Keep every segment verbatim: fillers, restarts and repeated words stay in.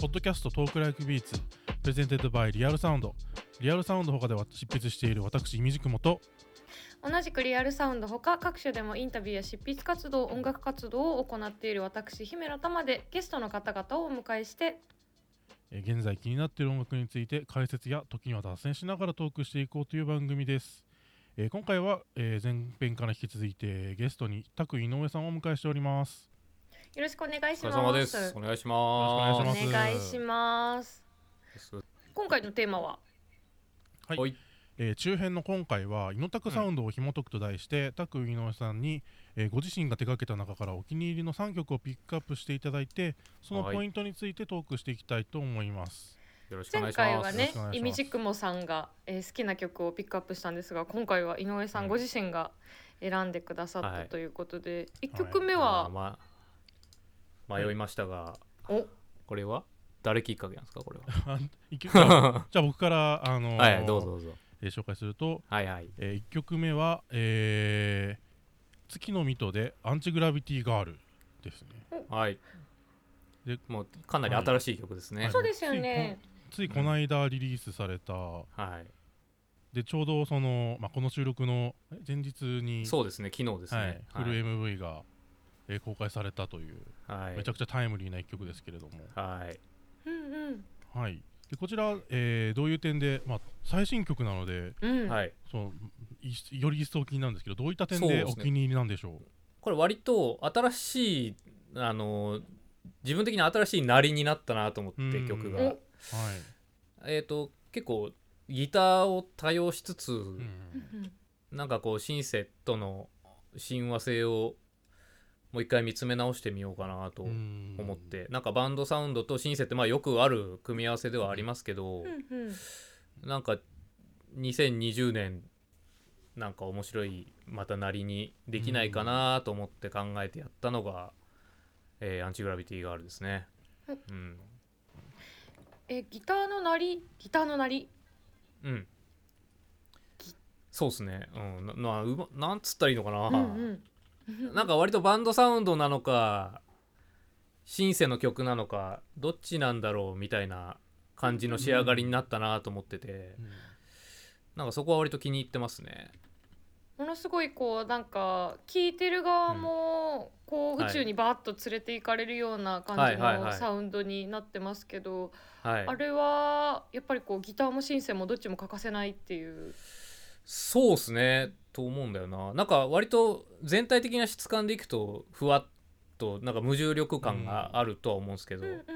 ポッドキャストトークライクビーツプレゼンテッドバイリアルサウンド。リアルサウンド他では執筆している私、いみじくもと同じくリアルサウンドほか各種でもインタビューや執筆活動、音楽活動を行っている私、姫野玉でゲストの方々をお迎えしてえ現在気になっている音楽について解説や時には脱線しながらトークしていこうという番組です。えー、今回は、えー、前編から引き続いてゲストにタク井上さんをお迎えしております。 よろしくお願いします。 お疲れ様です。お願いします。 よろしくお願いします。 お願いします。今回のテーマははい、えー、中編の今回はイノタクサウンドを紐解くと題して、うん、タク井上さんに、えー、ご自身が手掛けた中からお気に入りのさんきょくをピックアップしていただいて、そのポイントについてトークしていきたいと思います。 よろしくお願いします。 前回はね、いみじくもさんが、えー、好きな曲をピックアップしたんですが、今回は井上さんご自身が選んでくださったということで、うん、いっきょくめは、はいまあ、迷いましたが、 はい、 これは誰きっかけなんですかこれはじゃあ僕から、あのーはい、どうぞどうぞ、 えー、紹介すると、 はいはいえー、いっきょくめは、えー、月のミトでアンチグラビティガールですね。 はいでもうかなり新しい曲ですね、はい、 そうですよね。 ついこの間リリースされた、うん、 はいでちょうどその、まあ、この収録の前日にそうですね昨日ですね、はい、 フル エムブイ が、えー、公開されたという、はい、めちゃくちゃタイムリーな一曲ですけれども、 はいうんうんはい、でこちら、えー、どういう点で、まあ、最新曲なので、 うん、 そのより一層気になるんですけど、どういった点でお気に入りなんでしょう。 う、ね、これ割と新しいあの自分的に新しいなりになったなと思って曲が、はい、えーと結構ギターを多用しつつ、うん、なんかこうシンセとの親和性をもう一回見つめ直してみようかなと思って、なんかバンドサウンドとシンセってまあよくある組み合わせではありますけど、なんかにせんにじゅうねんなんか面白いまたなりにできないかなと思って考えてやったのが、えー、アンチグラビティガールですね、うん、 えギターのなりギターのなりうんそうですね、うん、な, な, うまなんつったらいいのかな、うんうん、なんか割とバンドサウンドなのかシンセの曲なのかどっちなんだろうみたいな感じの仕上がりになったなと思ってて、うん、なんかそこは割と気に入ってますね。 ものすごいこうなんか聴いてる側もこう宇宙にバーッと連れて行かれるような感じのサウンドになってますけど、あれはやっぱりこうギターもシンセもどっちも欠かせないっていう。 そうですねと思うんだよな。なんか割と全体的な質感でいくとふわっとなんか無重力感があるとは思うんですけど、うんうんうんうん、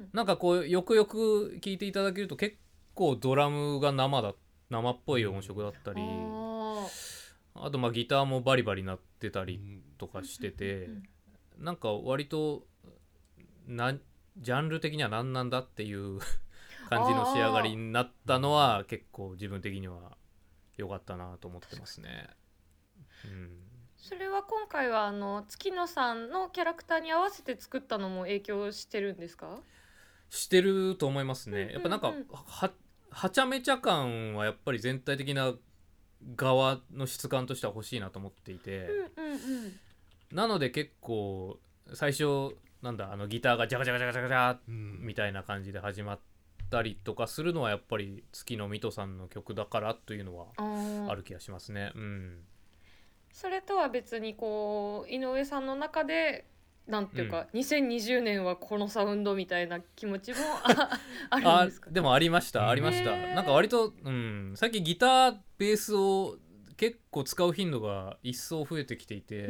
なんかこうよくよく聴いていただけると結構ドラムが生だ生っぽい音色だったり、あとまあギターもバリバリ鳴ってたりとかしてて、なんか割となジャンル的には何なんだっていう感じの仕上がりになったのは結構自分的には良かったなと思ってますね、うん、 それは今回はあの月野さんのキャラクターに合わせて作ったのも影響してるんですか？ してると思いますね。やっぱなんか は, はちゃめちゃ感はやっぱり全体的な側の質感としては欲しいなと思っていて、うんうんうん、なので結構最初なんだあのギターがジャカジャカジャカジャカジャみたいな感じで始まったりとかするのはやっぱり月野ミトさんの曲だからというのはある気がしますね、うん、 それとは別にこう井上さんの中でなんていうか、うん、にせんにじゅうねんはこのサウンドみたいな気持ちも あ, あるんですか？ あでもありましたありましたなんか割と、うん、最近ギターベースを結構使う頻度が一層増えてきていて、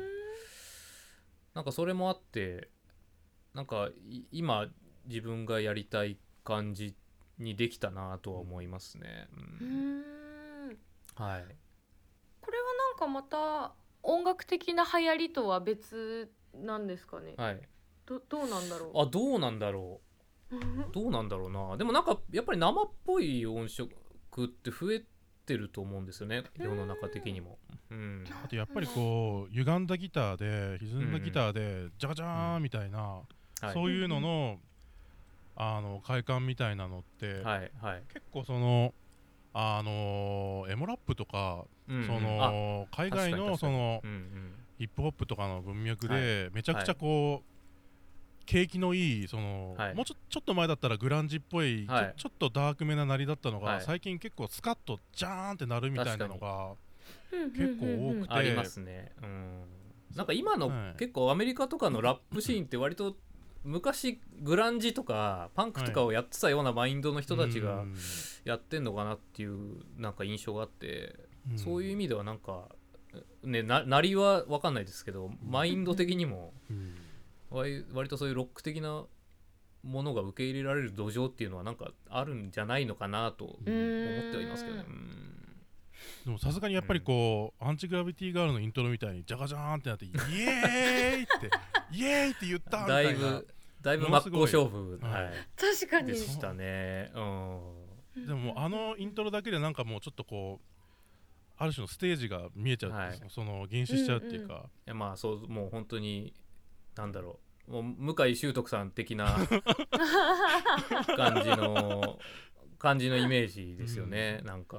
なんかそれもあってなんか今自分がやりたい感じにできたなとは思いますね、うん、うーんはいこれはなんかまた音楽的な流行りとは別なんですかね、 はい、 ど, どうなんだろうあどうなんだろうどうなんだろうな。でもなんかやっぱり生っぽい音色って増えてると思うんですよね世の中的にも、うん、 あとやっぱりこう歪んだギターで歪んだギターでジャカジャーンみたいな、うん、そういうのの、あの快感みたいなのって、 はいはい、 結構そのあのエモラップとか、うんうん、その海外のその、うんうん、ヒップホップとかの文脈で、はい、めちゃくちゃこう、 景気のいいその、はい、もうちょ、ちょっと前だったらグランジっぽい、はい、ちょ、ちょっとダークめな鳴りだったのが、はい、最近結構スカッとジャーンって鳴るみたいなのが結構多くてありますね、うん、なんか今の、はい、結構アメリカとかのラップシーンって割と昔グランジとかパンクとかをやってたようなマインドの人たちがやってんのかなっていうなんか印象があって、うん、そういう意味ではなんかね、な鳴りは分かんないですけどマインド的にも、うん割, 割とそういうロック的なものが受け入れられる土壌っていうのはなんかあるんじゃないのかなと思ってはいますけどね。うんでもさすがにやっぱりこう、うん、アンチグラビティガールのイントロみたいにジャカジャーンってなってイエーイってイエーイって言ったみたいなだいぶだいぶ真っ向勝負、 はい、確かにでしたね、 うん、でもあのイントロだけでなんかもうちょっとこうある種のステージが見えちゃう、はい、その減視しちゃうっていうか、うんうん、いやまあそうもう本当になんだろうもう向井秀徳さん的な感じの感じのイメージですよね、うん、なんか、うん、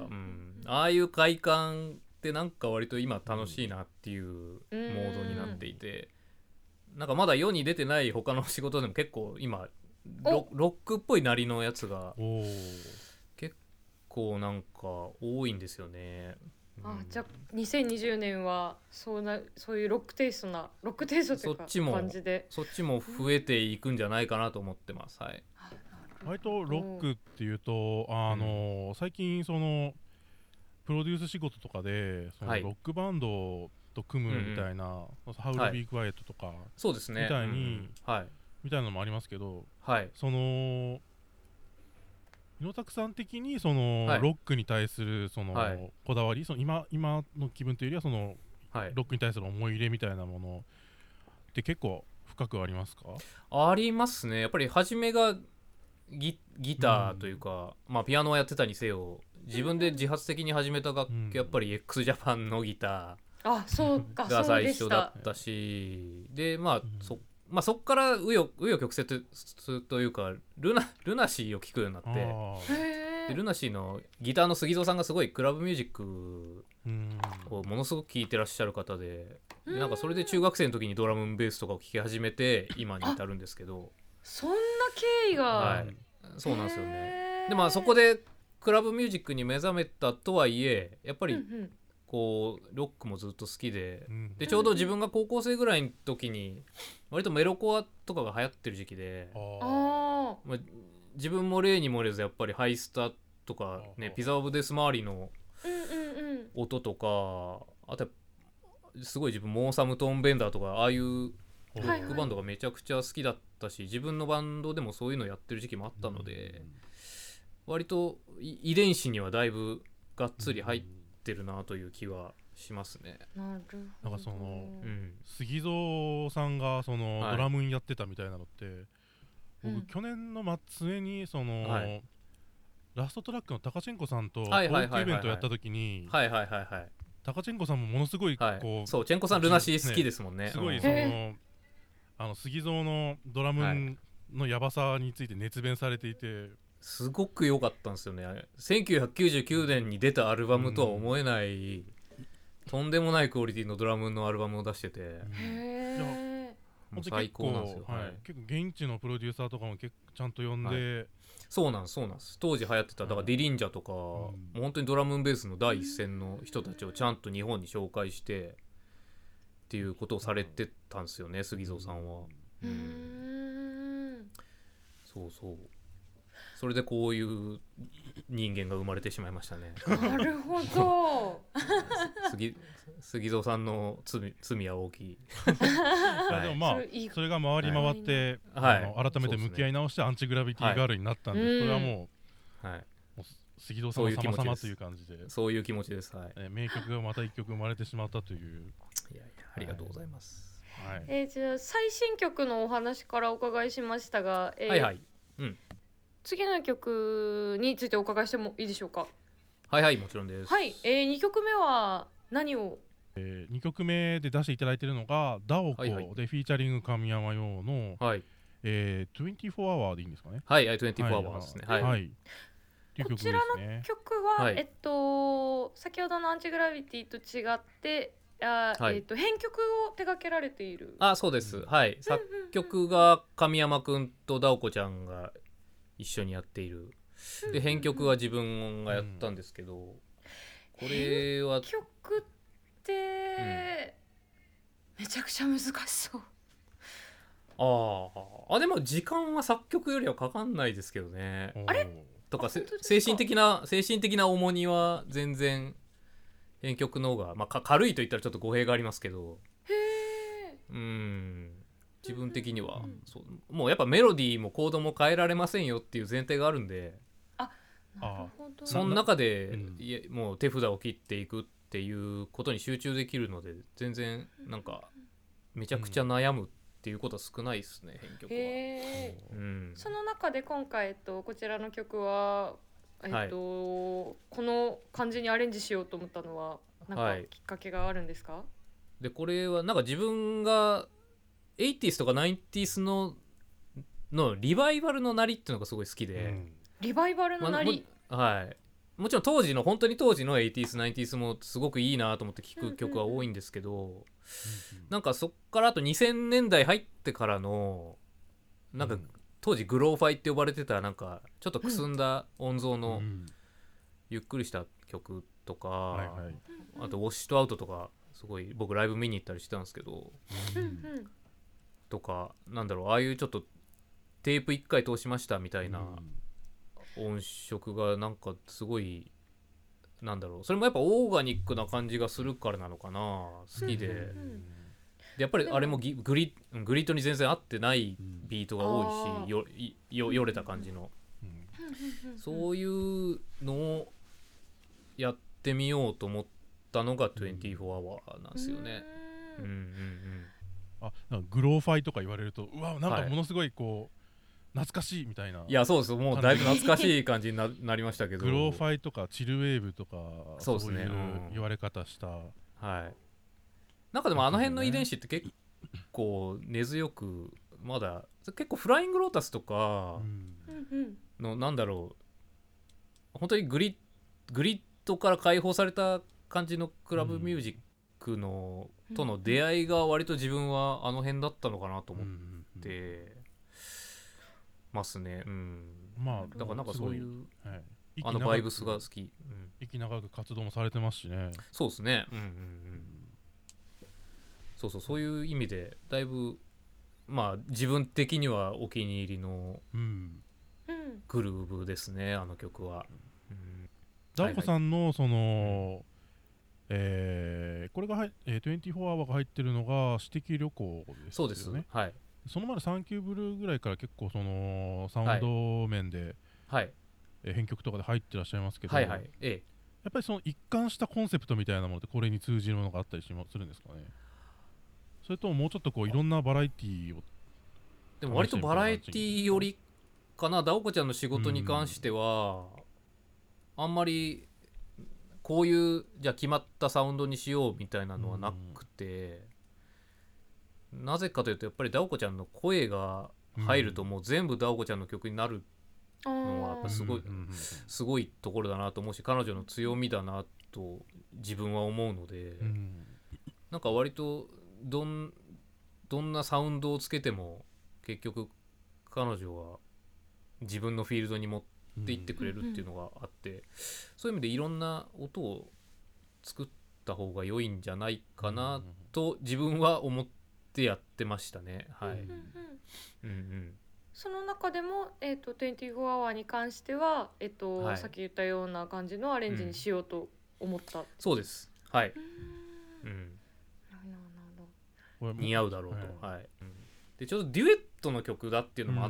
ああいう快感ってなんか割と今楽しいなっていうモードになっていて、うん、なんかまだ世に出てない他の仕事でも結構今 ロ, ロックっぽいなりのやつが結構なんか多いんですよね。 あ、じゃあにせんにじゅうねんはそうなそういうロックテイストなロックテイストっていうか感じでそっちも増えていくんじゃないかなと思ってます、はい、 割とロックっていうとあの、うん、最近そのプロデュース仕事とかでそのロックバンドと組むみたいな、はい、ハウルビークワイエットとか、はい、 そうですねみたいに、うんうんはい、 みたいなのもありますけど、 はい、 その井野拓さん的にその、はい、ロックに対するその、はい、こだわりその 今, 今の気分というよりはその、はい、ロックに対する思い入れみたいなものって結構深くありますか？ ありますね。やっぱり初めが ギ, ギターというか、うんまあ、ピアノをやってたにせよ自分で自発的に始めた楽器、うん、やっぱり x ジャパンのギターが最初だったしでまあ、うん、そまあ、そこから紆余曲折というかル ナ, ルナシーを聴くようになってでルナシーのギターの杉蔵さんがすごいクラブミュージックをものすごく聴いてらっしゃる方 で, でなんかそれで中学生の時にドラムベースとかを聴き始めて今に至るんですけどそんな経緯が、 はい、そうなんですよね。でまあそこでクラブミュージックに目覚めたとはいえやっぱり、うんうんこうロックもずっと好き で,、うん、でちょうど自分が高校生ぐらいの時に割とメロコアとかが流行ってる時期であ、まあ、自分も例に漏れずやっぱりハイスタとか、ね、ピザオブデス周りの音とか、うんうんうん、あとすごい自分モーサムトーンベンダーとかああいうロックバンドがめちゃくちゃ好きだったし、はいはい、自分のバンドでもそういうのやってる時期もあったので、うん、割と遺伝子にはだいぶがっつり入っててるなという気はしますね。 なるほど。 なんかその、うん、杉蔵さんがその、はい、ドラムやってたみたいなのって僕、うん、去年の末にその、はい、ラストトラックのタカチェンコさんとトークイベントやった時にタカチェンコさんもものすごいこう、はい、 そうチェンコさんルナシー好きですもんね。 すごいそのあの杉蔵のドラムのヤバさについて熱弁されていてすごく良かったんですよね。せんきゅうひゃくきゅうじゅうきゅうねんに出たアルバムとは思えない、うん、とんでもないクオリティのドラムのアルバムを出してて、 へもう最高なんですよ。 はいはい、結構現地のプロデューサーとかも結構ちゃんと呼んで、はい、 そうなんそうなんです当時流行ってただからディリンジャとか、うん、もう本当にドラムンベースの第一線の人たちをちゃんと日本に紹介してっていうことをされてたんですよね杉蔵さんは。 うん、 そうそうそれでこういう人間が生まれてしまいましたね。 なるほど杉, 杉蔵さんの 罪, 罪は大きい、 はい、でもまあそれが回り回って、はい、あの改めて向き合い直してアンチグラビティガールになったんで、はい、それはもう、はい、もう杉蔵さんの様々という感じでそういう気持ちです、はいえー、名曲がまた一曲生まれてしまったといういやいやありがとうございます、 はいえー、じゃあ最新曲のお話からお伺いしましたが、 えー、はいはいうん次の曲についてお伺いしてもいいでしょうか。 はいはいもちろんです。 はい、えー、にきょくめは何を、 えー、にきょくめで出していただいているのがダオコで、はいはい、フィーチャリング神山陽の、はいえー、にじゅうよんアワーでいいんですかね。 はい、にじゅうよんアワーですね。はい、はい、 こちらの曲は、はい、えっと先ほどのアンチグラビティと違ってあ、はい、えーと、編曲を手掛けられている。 あ、そうです、はい、作曲が神山くんとダオコちゃんが一緒にやっている。で編曲は自分がやったんですけど、うん、これは編曲って、うん、めちゃくちゃ難しそう。 ああ、でも時間は作曲よりはかかんないですけどね。 あれとか精神的な精神的な重荷は全然編曲の方が、まあ、軽いと言ったらちょっと語弊がありますけど、 へえ、 うん、自分的には、うん、そうもうやっぱメロディーもコードも変えられませんよっていう前提があるんで、 あ、なるほど。 その中で、うん、いやもう手札を切っていくっていうことに集中できるので、全然なんかめちゃくちゃ悩むっていうことは少ないですね、編曲は。 へー、 うん、 その中で今回、えっと、こちらの曲は、えっとはい、この感じにアレンジしようと思ったのはなんかきっかけがあるんですか？はい、 でこれはなんか自分がエイティースとかナインティースののリバイバルのなりっていうのがすごい好きで、うん、 リバイバルのなり、 ま、はい、もちろん当時の本当に当時のエイティースナインティースもすごくいいなと思って聴く曲は多いんですけど、うんうんうん、なんかそっからあとにせんねんだい入ってからのなんか、うん、当時グローファイって呼ばれてたなんかちょっとくすんだ音像のゆっくりした曲とか、うんはいはい、あとウォッシュとアウトとかすごい僕ライブ見に行ったりしてたんですけど、うん、とかなんだろう、ああいうちょっとテープいっかい通しましたみたいな音色がなんかすごいなんだろう、それもやっぱオーガニックな感じがするからなのかな、好きで、うんうんうん、でやっぱりあれもギグリグリッドに全然合ってないビートが多いし、よよよれた感じの、うん、そういうのをやってみようと思ったのがにじゅうよんアワーなんですよね。うんうんうん、 あ、なんかグローファイとか言われるとうわなんかものすごいこう、はい、懐かしいみたいな。 いやそうです、もうだいぶ懐かしい感じに な, なりましたけどグローファイとかチルウェーブとかそうですね、そういう言われ方した、うん、 はい、なんかでもあの辺の遺伝子って結構根強くまだ結構フライングロータスとかの、うん、なんだろう、本当にグリグリッドから解放された感じのクラブミュージックの、うん、との出会いが割と自分はあの辺だったのかなと思ってますね。うん、まあだからなんかそういう、はい、あのバイブスが好き、うん、 息長く活動もされてますしね。 そうですね、うんうんうん、そうそう、そういう意味でだいぶまあ自分的にはお気に入りのグルーブですね、あの曲は。 ダオコさんのその、えー、これが、えー、にじゅうよんアワーが入ってるのが私的旅行ですよね。 そうです、はい、 その前のサンキューブルーぐらいから結構そのサウンド面で、はいえー、編曲とかで入ってらっしゃいますけど、はいはいええ、やっぱりその一貫したコンセプトみたいなものってこれに通じるものがあったりしまするんですかね。それとももうちょっとこういろんなバラエティーを、 でも割とバラエティーよりかな、ダオコちゃんの仕事に関しては、うん、あんまりこういうじゃあ決まったサウンドにしようみたいなのはなくて、うん、なぜかというとやっぱりダオコちゃんの声が入るともう全部ダオコちゃんの曲になるのはやっぱすごい、うん、すごいところだなと思うし、彼女の強みだなと自分は思うので、うん、なんか割とどん、どんなサウンドをつけても結局彼女は自分のフィールドに持っていってくれるっていうのがあって、うん、そういう意味でいろんな音を作った方が良いんじゃないかなと自分は思ってやってましたね。はい、うんうんうん、その中でも、えーと、にじゅうよんアワーに関しては、えーとはい、さっき言ったような感じのアレンジにしようと思った、うん、 そうです、はい、うん、似合うだろうと、はいはい、うん、でちょうどデュエットの曲だっていうのもあって、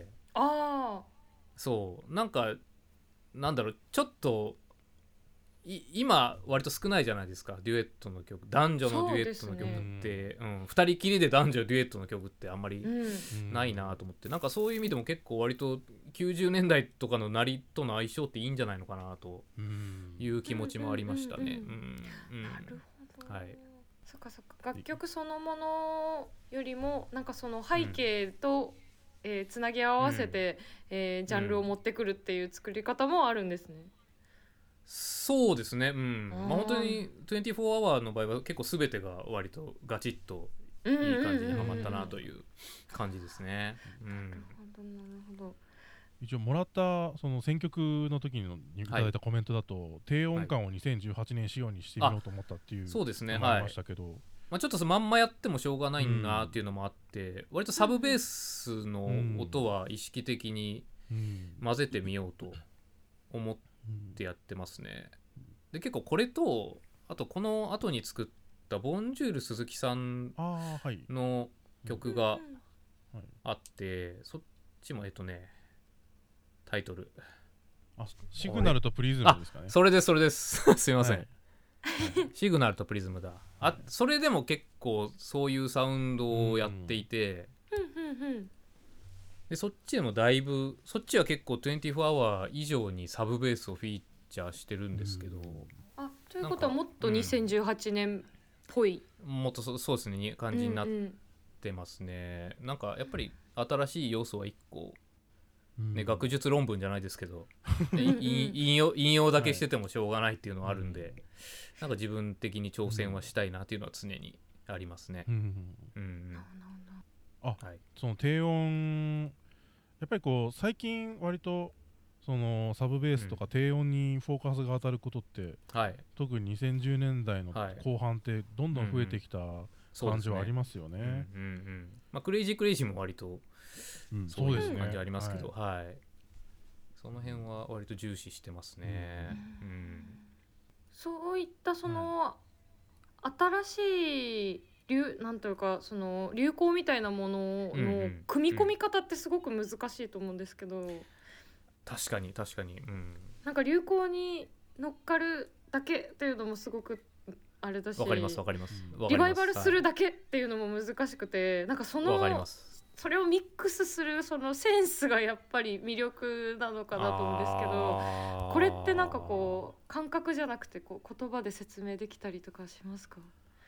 うん、あそうなんかなんだろう、ちょっとい今割と少ないじゃないですか、デュエットの曲、男女のデュエットの曲って、う、ね、うん、ふたりきりで男女デュエットの曲ってあんまりないなと思って、うん、なんかそういう意味でも結構割ときゅうじゅうねんだいとかの鳴りとの相性っていいんじゃないのかなという気持ちもありましたね。 なるほど、はい、そっかそっか、楽曲そのものよりもなんかその背景と、うんえー、つなぎ合わせて、うんえー、ジャンルを持ってくるっていう作り方もあるんですね。 そうですね、うん、まあ本当ににじゅうよんアワーの場合は結構全てが割とガチッといい感じにはまったなという感じですね。うん、なるほどなるほど。一応もらったその選曲の時にいただいたコメントだと、はい、低音感をにせんじゅうはちねん仕様にしてみようと思ったっていう、 そうですね、 ありましたけど、はい、 まあ、ちょっとそのまんまやってもしょうがないなっていうのもあって、うん、割とサブベースの音は意識的に混ぜてみようと思ってやってますね。で結構これとあとこの後に作ったボンジュール鈴木さんの曲があって、そっちもえっとねタイトルあシグナルとプリズムですかね。 あそれですそれですすいません、はいはい、シグナルとプリズムだ。あそれでも結構そういうサウンドをやっていて、でそっちでもだいぶそっちは結構にじゅうよんアワー以上にサブベースをフィーチャーしてるんですけど、 あということはもっとにせんじゅうはちねんっぽい、 うん、もっと そ, そうですね感じになってますね、うんうん、なんかやっぱり新しい要素はいっこ、ね、学術論文じゃないですけど引, 用引用だけしててもしょうがないっていうのはあるんで、はい、なんか自分的に挑戦はしたいなっていうのは常にありますね。 あ、はい、その低音やっぱりこう最近割とそのサブベースとか低音にフォーカスが当たることって、うん、特ににせんじゅうねんだいの後半ってどんどん増えてきた感じはありますよね。 クレイジークレイジーも割とそういう感じありますけど、うん、はい、はい、その辺は割と重視してますね、うんうん、 そういったその、うん、新しい流なんというかその流行みたいなものの組み込み方ってすごく難しいと思うんですけど、うんうん、 確かに確かに、うん、 なんか流行に乗っかるだけっていうのもすごくあれだし、 わかりますわかります、 リバイバルするだけっていうのも難しくて、はい、なんかそのわかります、 それをミックスするそのセンスがやっぱり魅力なのかなと思うんですけど、これってなんかこう感覚じゃなくてこう言葉で説明できたりとかしますか？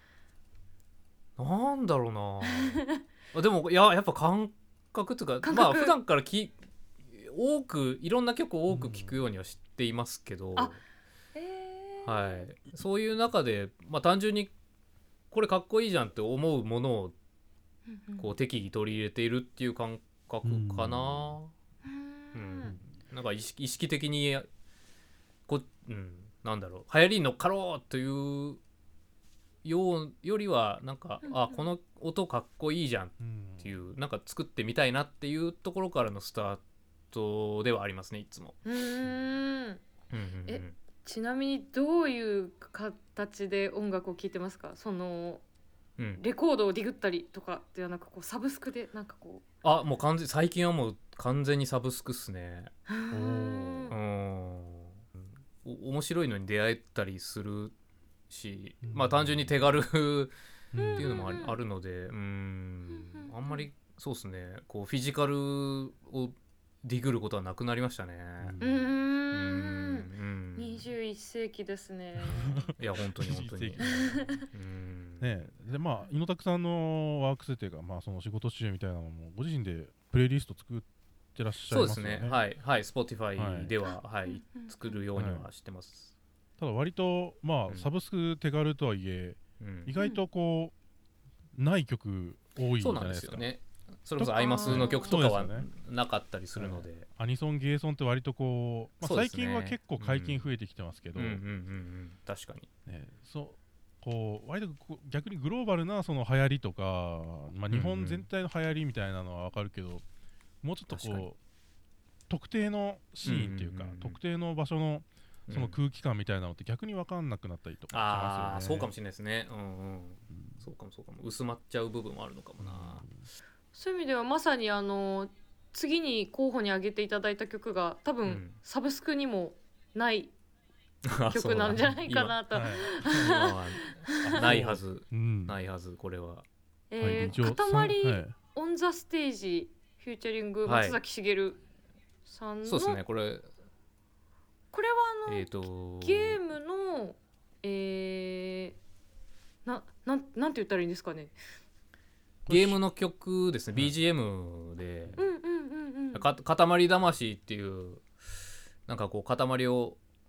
なんだろうなでもいややっぱ感覚というか、まあ普段からき多くいろんな曲を多く聴くようには知っていますけど、うん、あ、えーはい、そういう中で、まあ、単純にこれかっこいいじゃんって思うものをこう適宜取り入れているっていう感覚かな、うんうん、なんか意識、意識的にこ、うん、なんだろう流行りに乗っかろうというようよりはなんか、うんうん、あこの音かっこいいじゃんっていう、うん、なんか作ってみたいなっていうところからのスタートではありますねいつも。うーん、うんうん、 えちなみにどういう形で音楽を聴いてますか？そのうん、レコードをディグったりとかではなくこうサブスクでなんかこうあもう完全最近はもう完全にサブスクっすね。うんお面白いのに出会えたりするし、うん、まあ単純に手軽っていうのも あ, るあるのでうんあんまりそうですねこうフィジカルをディグることはなくなりましたね。うんうんにじゅういっ世紀ですね。 いや本当に本当にうんねでまあ猪拓さんのワークスっていうか、まあ、その仕事中みたいなのもご自身でプレイリスト作ってらっしゃいますよね。 そうですねはいはい Spotify では、はいはい、作るようにはしてます、 はい、ただ割とまあ、うん、サブスク手軽とはいえ、うん、意外とこうない曲多いじゃないですか。そうなんですよね。 それこそアイマスの曲とかはなかったりするので、ね、 アニソンゲーソンって割とこう、まあ、最近は結構解禁増えてきてますけど、 確かに、 ね、そうこう割とこう逆にグローバルなその流行りとか、まあ、日本全体の流行りみたいなのは分かるけど、うんうん、もうちょっとこう特定のシーンっていうか、うんうんうん、特定の場所のその空気感みたいなのって逆に分かんなくなったりとかしますよね。 ああそうかもしれないですね、うんうんうん、そうかもそうかも薄まっちゃう部分もあるのかもな、うん、 そういう意味ではまさにあの次に候補に挙げていただいた曲が多分、うん、サブスクにもない曲なんじゃないかなと今、はい、今はないはず、うん、ないはずこれは、 えー、かたまりオンザステージフューチャリング松崎しげるさんの、はい、 そうですねこれこれはあの、えー、とゲームのえー、な, な, なんて言ったらいいんですかねゲームの曲ですね ビージーエム で「かたまり魂」っていうなんかこう塊を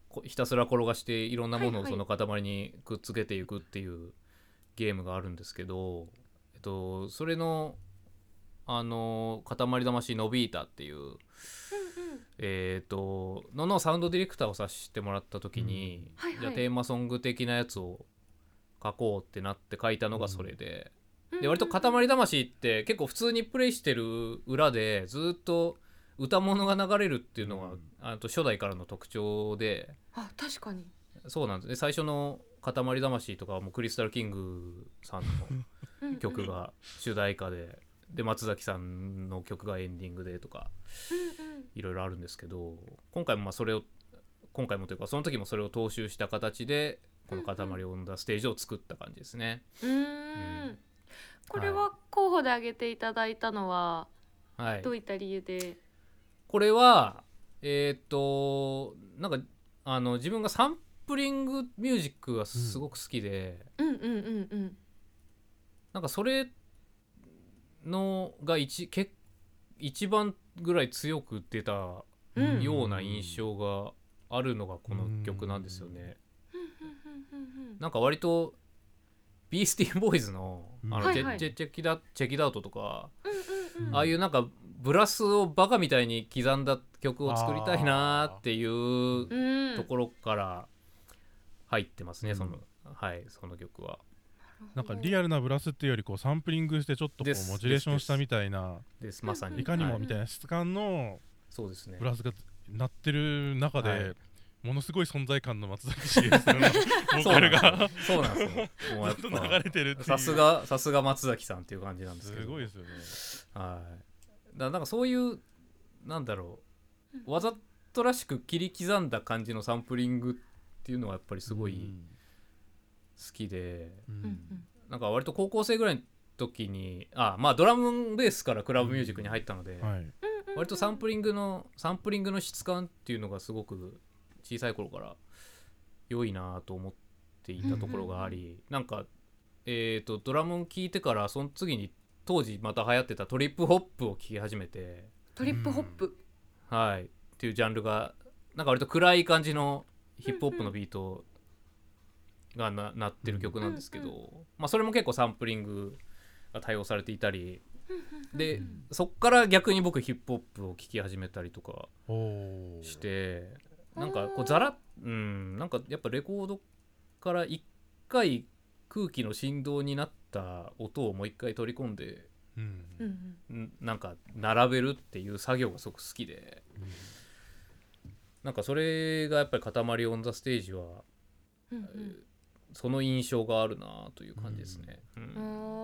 ひたすら転がしていろんなものをその塊にくっつけていくっていうゲームがあるんですけど、えっと、それのあの塊魂ノビータっていう、うんうん、えっとののサウンドディレクターをさせてもらった時に、うんはいはい、じゃあテーマソング的なやつを書こうってなって書いたのがそれで、うん、で割と塊魂って結構普通にプレイしてる裏でずっと歌物が流れるっていうのが、うん、あと初代からの特徴で、 あ確かにそうなんですね。最初の塊魂とかはもうクリスタルキングさんの曲が主題歌でで松崎さんの曲がエンディングでとかいろいろあるんですけど、今回もまあそれを今回もというかその時もそれを踏襲した形でこの塊を生んだステージを作った感じですね。 うーん、うん、これは候補で挙げていただいたのはどういった理由で、はい、 これはえー、っとなんかあの自分がサンプリングミュージックがすごく好きで、 うん、うんうんうんうんなんかそれのが 一, け一番ぐらい強く出たような印象があるのがこの曲なんですよね。なんか割とビースティーボーイズ の, あの、はいはい、チェ, チェキダチェキダウトとか、うんうんうん、ああいうなんかブラスをバカみたいに刻んだ曲を作りたいなっていうところから入ってますね、うん、そのはい、その曲は。 なんかリアルなブラスっていうよりこうサンプリングしてちょっとこうモジュレーションしたみたいなですまさにいかにもみたいな質感のブラスが鳴ってる中で、はい、ものすごい存在感の松崎しげるさんのボーカルがそうなんですよ。もうやっぱずっと流れてるっていうさすがさすが松崎さんっていう感じなんですけど、 すごいですよね。 はい。だからなんかそういうなんだろうわざとらしく切り刻んだ感じのサンプリングっていうのはやっぱりすごい好きで、うん、なんか割と高校生ぐらいの時にあまあドラムベースからクラブミュージックに入ったので、うんはい、割とサンプリングのサンプリングの質感っていうのがすごく小さい頃から良いなと思っていたところがあり、なんかえーとドラムを聴いてからその次に当時また流行ってたトリップホップを聴き始めて、 トリップホップ、 うん、はいっていうジャンルがなんか割と暗い感じのヒップホップのビートが な, なってる曲なんですけど、まあ、それも結構サンプリングが対応されていたりで、そっから逆に僕ヒップホップを聴き始めたりとかしてなんかこうザラッうんなんかやっぱレコードから一回空気の振動になった音をもう一回取り込んで、うん、なんか並べるっていう作業がすごく好きで、うん、なんかそれがやっぱり塊オンザステージは、うんうん、その印象があるなという感じですね、うんうん、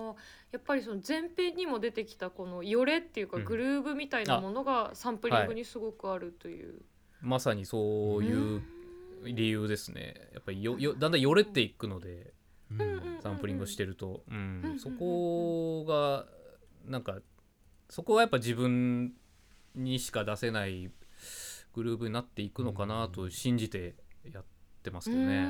あやっぱりその前編にも出てきたこのよれっていうかグルーブみたいなものがサンプリングにすごくあるという、はい、 まさにそういう理由ですね。やっぱりよよだんだんよれていくので、うん、サンプリングしてると、うん、そこがなんかそこはやっぱ自分にしか出せないグルーブになっていくのかなと信じてやってますけどね、うんうん、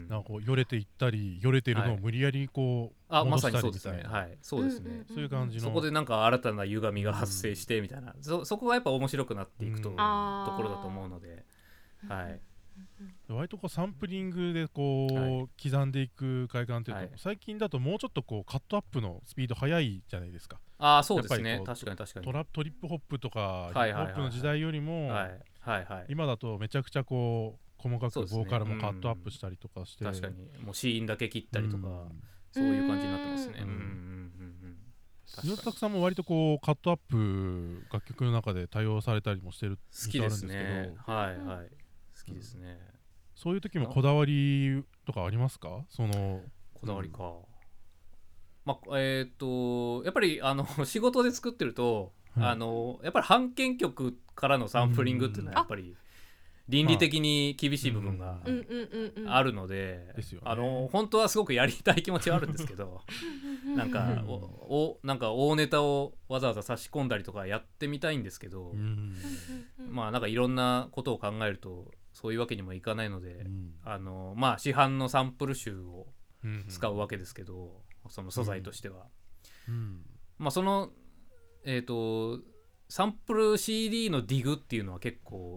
なんかこうよれていったりよれてるのを無理やりこう、はい、戻したりみたいな、 あまさにそうですね、はい、そうですね、 そういう感じのそこでなんか新たな歪みが発生してみたいな、そ, そこがやっぱ面白くなっていくと、うん、ところだと思うので、はい、 割とこうサンプリングでこう、はい、刻んでいく快感というと、はい、最近だともうちょっとこうカットアップのスピード速いじゃないですか。 ああそうですね、確かに確かにトラトリップホップとかヒップホップの時代よりも、はいはいはい、今だとめちゃくちゃこう細かくボーカルもカットアップしたりとかして、 ねうん、確かにもうシーンだけ切ったりとか、うん、そういう感じになってますね。 岩崎さんも割とこうカットアップ楽曲の中で対応されたりもしてる好きですね。はいはい、好きですね、うん、 そういう時もこだわりとかありますか？そのこだわりか、うん、まあえっ、ー、とやっぱりあの仕事で作ってると、はい、あのやっぱり版権曲からのサンプリングっていうのはやっぱり倫理的に厳しい部分があるので、あの本当はすごくやりたい気持ちはあるんですけどなんかおおなんか大ネタをわざわざ差し込んだりとかやってみたいんですけど、まあなんかいろんなことを考えるとそういうわけにもいかないので、うん、あのまあ市販のサンプル集を使うわけですけど、うん、その素材としては、うん、まあそのえっとサンプル シーディー のディグっていうのは結構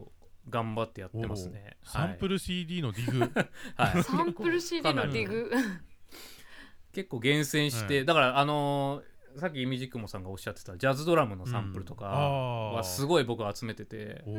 頑張ってやってますね。 サンプル シーディー のディグ、 はい、 サンプル シーディー のディグ結構厳選して、はい、だからあのー、さっきイミジクモさんがおっしゃってたジャズドラムのサンプルとかはすごい僕集めてて、うん、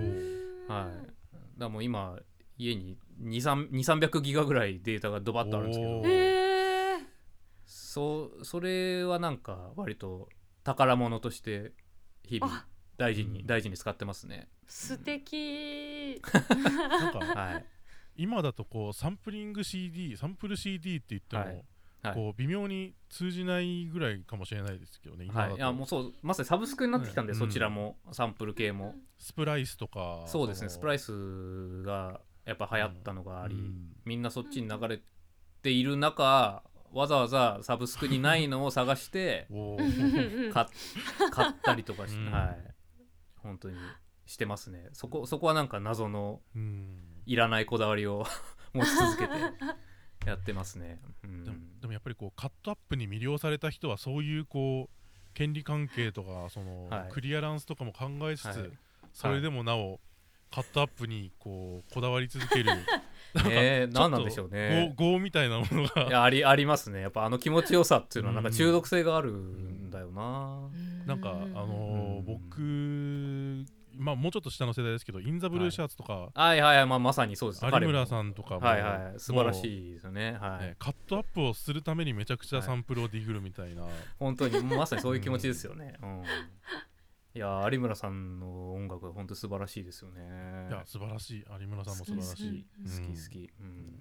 はい、だからもう今家ににせんさんびゃくギガぐらいデータがドバッとあるんですけど、 へー、 そ, それはなんか割と宝物として日々大事に大事に使ってますね。 素敵なんか、 はい、 今だとこうサンプリング シーディー サンプル シーディー って言っても、はいはい、こう微妙に通じないぐらいかもしれないですけどね。今だと、 はい、いやもうそうまさにサブスクになってきたんで、ね、そちらも、うん、サンプル系もスプライスとか、 そうですね、スプライスがやっぱ流行ったのがあり、うん、みんなそっちに流れている中、わざわざサブスクにないのを探して買ったりとかして、うん、はい、本当にしてますね。そこ、そこはなんか謎のいらないこだわりを持ち続けてやってますね。うん、 でも、でもやっぱりこうカットアップに魅了された人はそういうこう権利関係とかその、はい、クリアランスとかも考えつつ、はい、それでもなおカットアップにこうこだわり続けるえー、何なんでしょうね。 業みたいなものがいや あり、ありますね。やっぱあの気持ちよさっていうのはなんか中毒性があるんだよな。 なんかあのー、僕まあもうちょっと下の世代ですけどインザブルーシャツとか、 はい、はいはい、まあ、まさにそうです。 有村さんとかも、 はいはい、素晴らしいですよね。はい、 ね、カットアップをするためにめちゃくちゃサンプルをディグるみたいな、はい、 本当にまさにそういう気持ちですよね。うん、いや有村さんの音楽は本当に素晴らしいですよね。 いや素晴らしい、有村さんも素晴らしい、 好き好き、うん、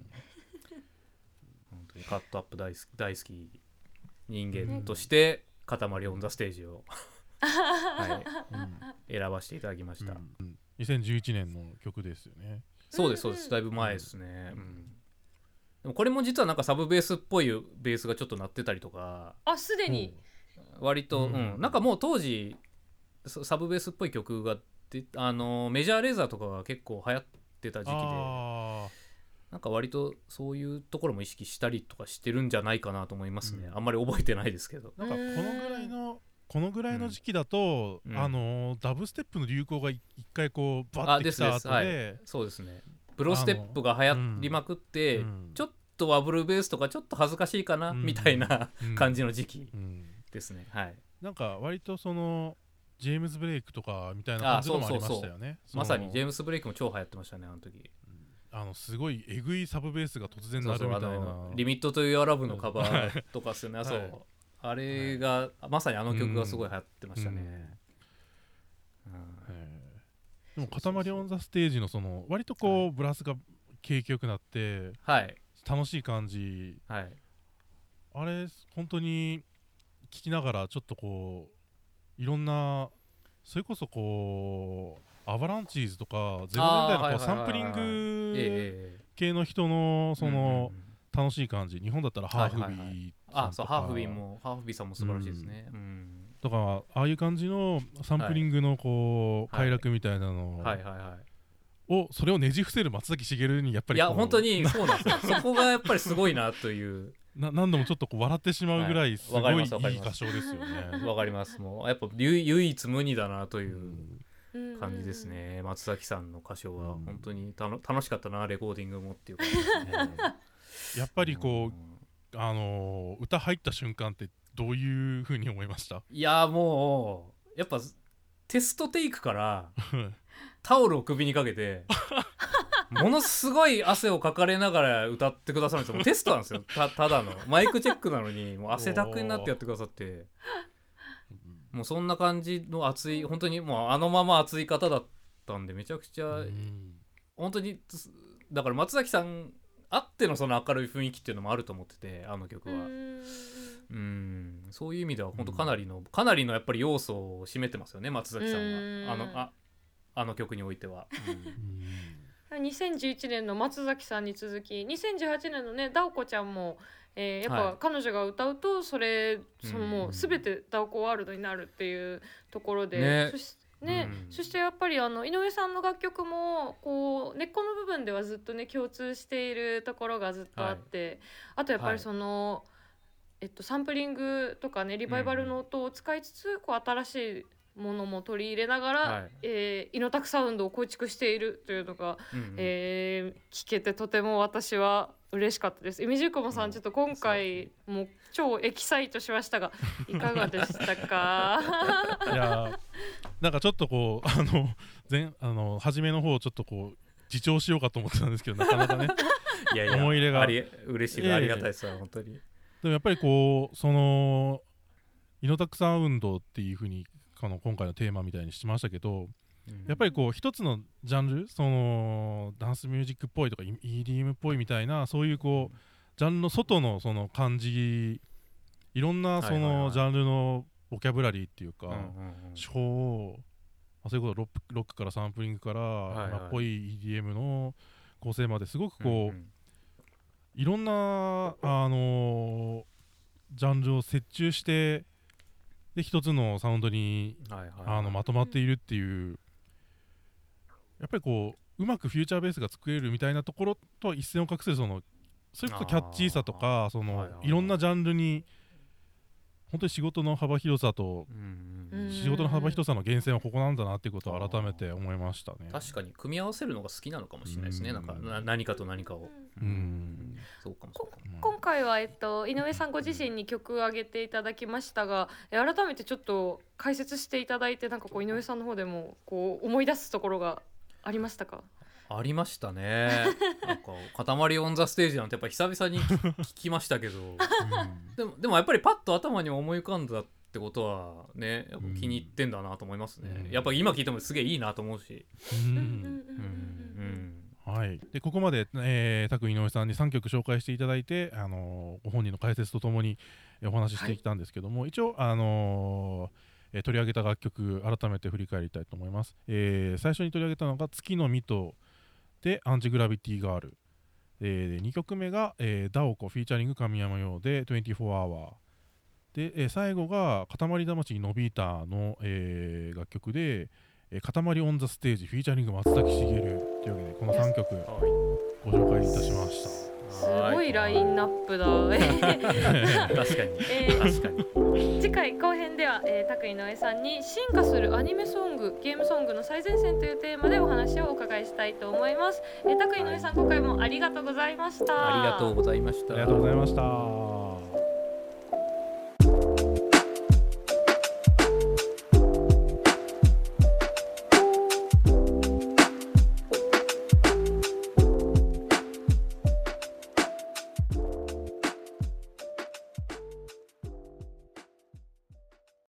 本当にカットアップ大好き大好き人間として塊オンザステージをはい、うん、選ばせていただきました。うんうん、 にせんじゅういちねんの曲ですよね。 そうですそうです、だいぶ前ですね。うん、でもこれも実はなんかサブベースっぽいベースがちょっと鳴ってたりとか、 あすでに割と、うんうん、なんかもう当時サブベースっぽい曲がで、あのメジャーレーザーとかが結構流行ってた時期で、なんか割とそういうところも意識したりとかしてるんじゃないかなと思いますね。うん、あんまり覚えてないですけど、 なんかこのぐらいのこのぐらいの時期だと、うん、あのダブステップの流行が一回こうバッてきた後 で, で, で、 はい、そうですね、ブロステップが流行りまくって、うん、ちょっとワブルベースとかちょっと恥ずかしいかな、うん、みたいな、うん、感じの時期ですね。はい、 なんか割とそのジェームズ・ブレイクとかみたいな感じのもありましたよね。 まさにジェームズ・ブレイクも超流行ってましたね、あの時。 あのすごいえぐいサブベースが突然なるみたいな。そうそう、 リミットというアラブのカバーとかですよね。そう、はい、あれが、はい、まさにあの曲がすごい流行ってましたね。 うんうん、でも塊オンザステージのその割とこう、はい、ブラスが景気よくなって、はい、楽しい感じ、はい、あれ本当に聴きながらちょっとこういろんなそれこそこうアバランチーズとかゼロねんだいのこうサンプリング系の人のその楽しい感じ、日本だったらハーフビーさんとか、ハーフビーもハーフビーさんも素晴らしいですね。うん、 とかああいう感じのサンプリングのこう快楽みたいなのをそれをねじ伏せる松崎しげるにやっぱりいや本当にそうなんですよ。そこがやっぱりすごいなというな何度もちょっとこう笑ってしまうぐらいすごいいい歌唱ですよね。 わかります。もうやっぱ唯一無二だなという感じですね。松崎さんの歌唱は本当にたの楽しかったな、レコーディングもっていう感じですね。やっぱりこう、あのー、歌入った瞬間ってどういう風に思いました？ いやもうやっぱテストテイクからタオルを首にかけてものすごい汗をかかれながら歌ってくださるんですよ。もうテストなんですよ。 た, ただのマイクチェックなのにもう汗だくになってやってくださって、もうそんな感じの熱い、本当にもうあのまま熱い方だったんで、めちゃくちゃ本当にだから松崎さんあってのその明るい雰囲気っていうのもあると思ってて、あの曲はうーん、そういう意味では本当かなりのかなりのやっぱり要素を占めてますよね、松崎さんはあのああの曲においては。 うん、にせんじゅういちねんの松崎さんに続きにせんじゅうはちねんのねダオコちゃんも、えー、やっぱ彼女が歌うとそれそのもう全てダオコワールドになるっていうところで、ね、そしね、うん、そしてやっぱりあの井上さんの楽曲もこう根っこの部分ではずっとね共通しているところがずっとあって、はい、あとやっぱりその、はい、えっと、サンプリングとかねリバイバルの音を使いつつ、うん、こう新しいものも取り入れながら、はい、えー、イノタクサウンドを構築しているというのが、うんうん、えー、聞けてとても私は嬉しかったです。イミジュコモさん、ちょっと今回もう超エキサイトしましたがいかがでしたか？ いやなんかちょっとこうあの前あの初めの方ちょっとこう自重しようかと思ってたんですけど、なかなかねいやいや思い入れがあり嬉しい、えー、ありがたいですよ本当に。でもやっぱりこうそのイノタクサウンドっていう風にこの今回のテーマみたいにしましたけど、うん、やっぱりこう一つのジャンル、そのダンスミュージックっぽいとか イーディーエム っぽいみたいな、そういうこうジャンルの外のその感じ、いろんなそのジャンルのボキャブラリーっていうか手法を、そういうことロック、ロックからサンプリングからラップっぽい イーディーエム の構成まですごくこう、うんうん、いろんなあのー、ジャンルを折衷してで一つのサウンドに、はいはいはい、あのまとまっているっていう、やっぱりこううまくフューチャーベースが作れるみたいなところと一線を画するそのそれこそキャッチーさとか、その、はいはいはい、いろんなジャンルに本当に仕事の幅広さと、うん、仕事の幅広さの源泉はここなんだなっていうことを改めて思いましたね。 確かに組み合わせるのが好きなのかもしれないですね。なんかな何かと何かを、うん、そうかもそうかも。 今回は、えっと、井上さんご自身に曲を挙げていただきましたが、改めてちょっと解説していただいて、なんかこう井上さんの方でもこう思い出すところがありましたか？ ありましたね。なんか塊オンザステージなんてやっぱ久々に聞きましたけど、うん、でもでもやっぱりパッと頭に思い浮かんだってことはね、やっぱ気に入ってんだなと思いますね、うん、やっぱ今聞いてもすげえいいなと思うし、うんうん、はい。でここまで、えー、タク井上さんにさんきょく紹介していただいて、あのー、ご本人の解説とともにお話ししてきたんですけども、はい、一応あのー、取り上げた楽曲改めて振り返りたいと思います。えー、最初に取り上げたのが月の実とでアンチグラビティガール、えー、にきょくめが、えー、ダオコフィーチャリング神山用でにじゅうよんアワーで、えー、最後が塊魂のビーターの、えー、楽曲で、えー、塊オンザステージフィーチャリング松崎しげるというわけでこのさんきょくご紹介いたしました。 すごいラインナップだ確かに、 えー、確かに次回後編では、えー、タク井上さんに進化するアニメソングゲームソングの最前線というテーマでお話をお伺いしたいと思います。えー、タク井上さん、今回もありがとうございました。 ありがとうございました。 ありがとうございました。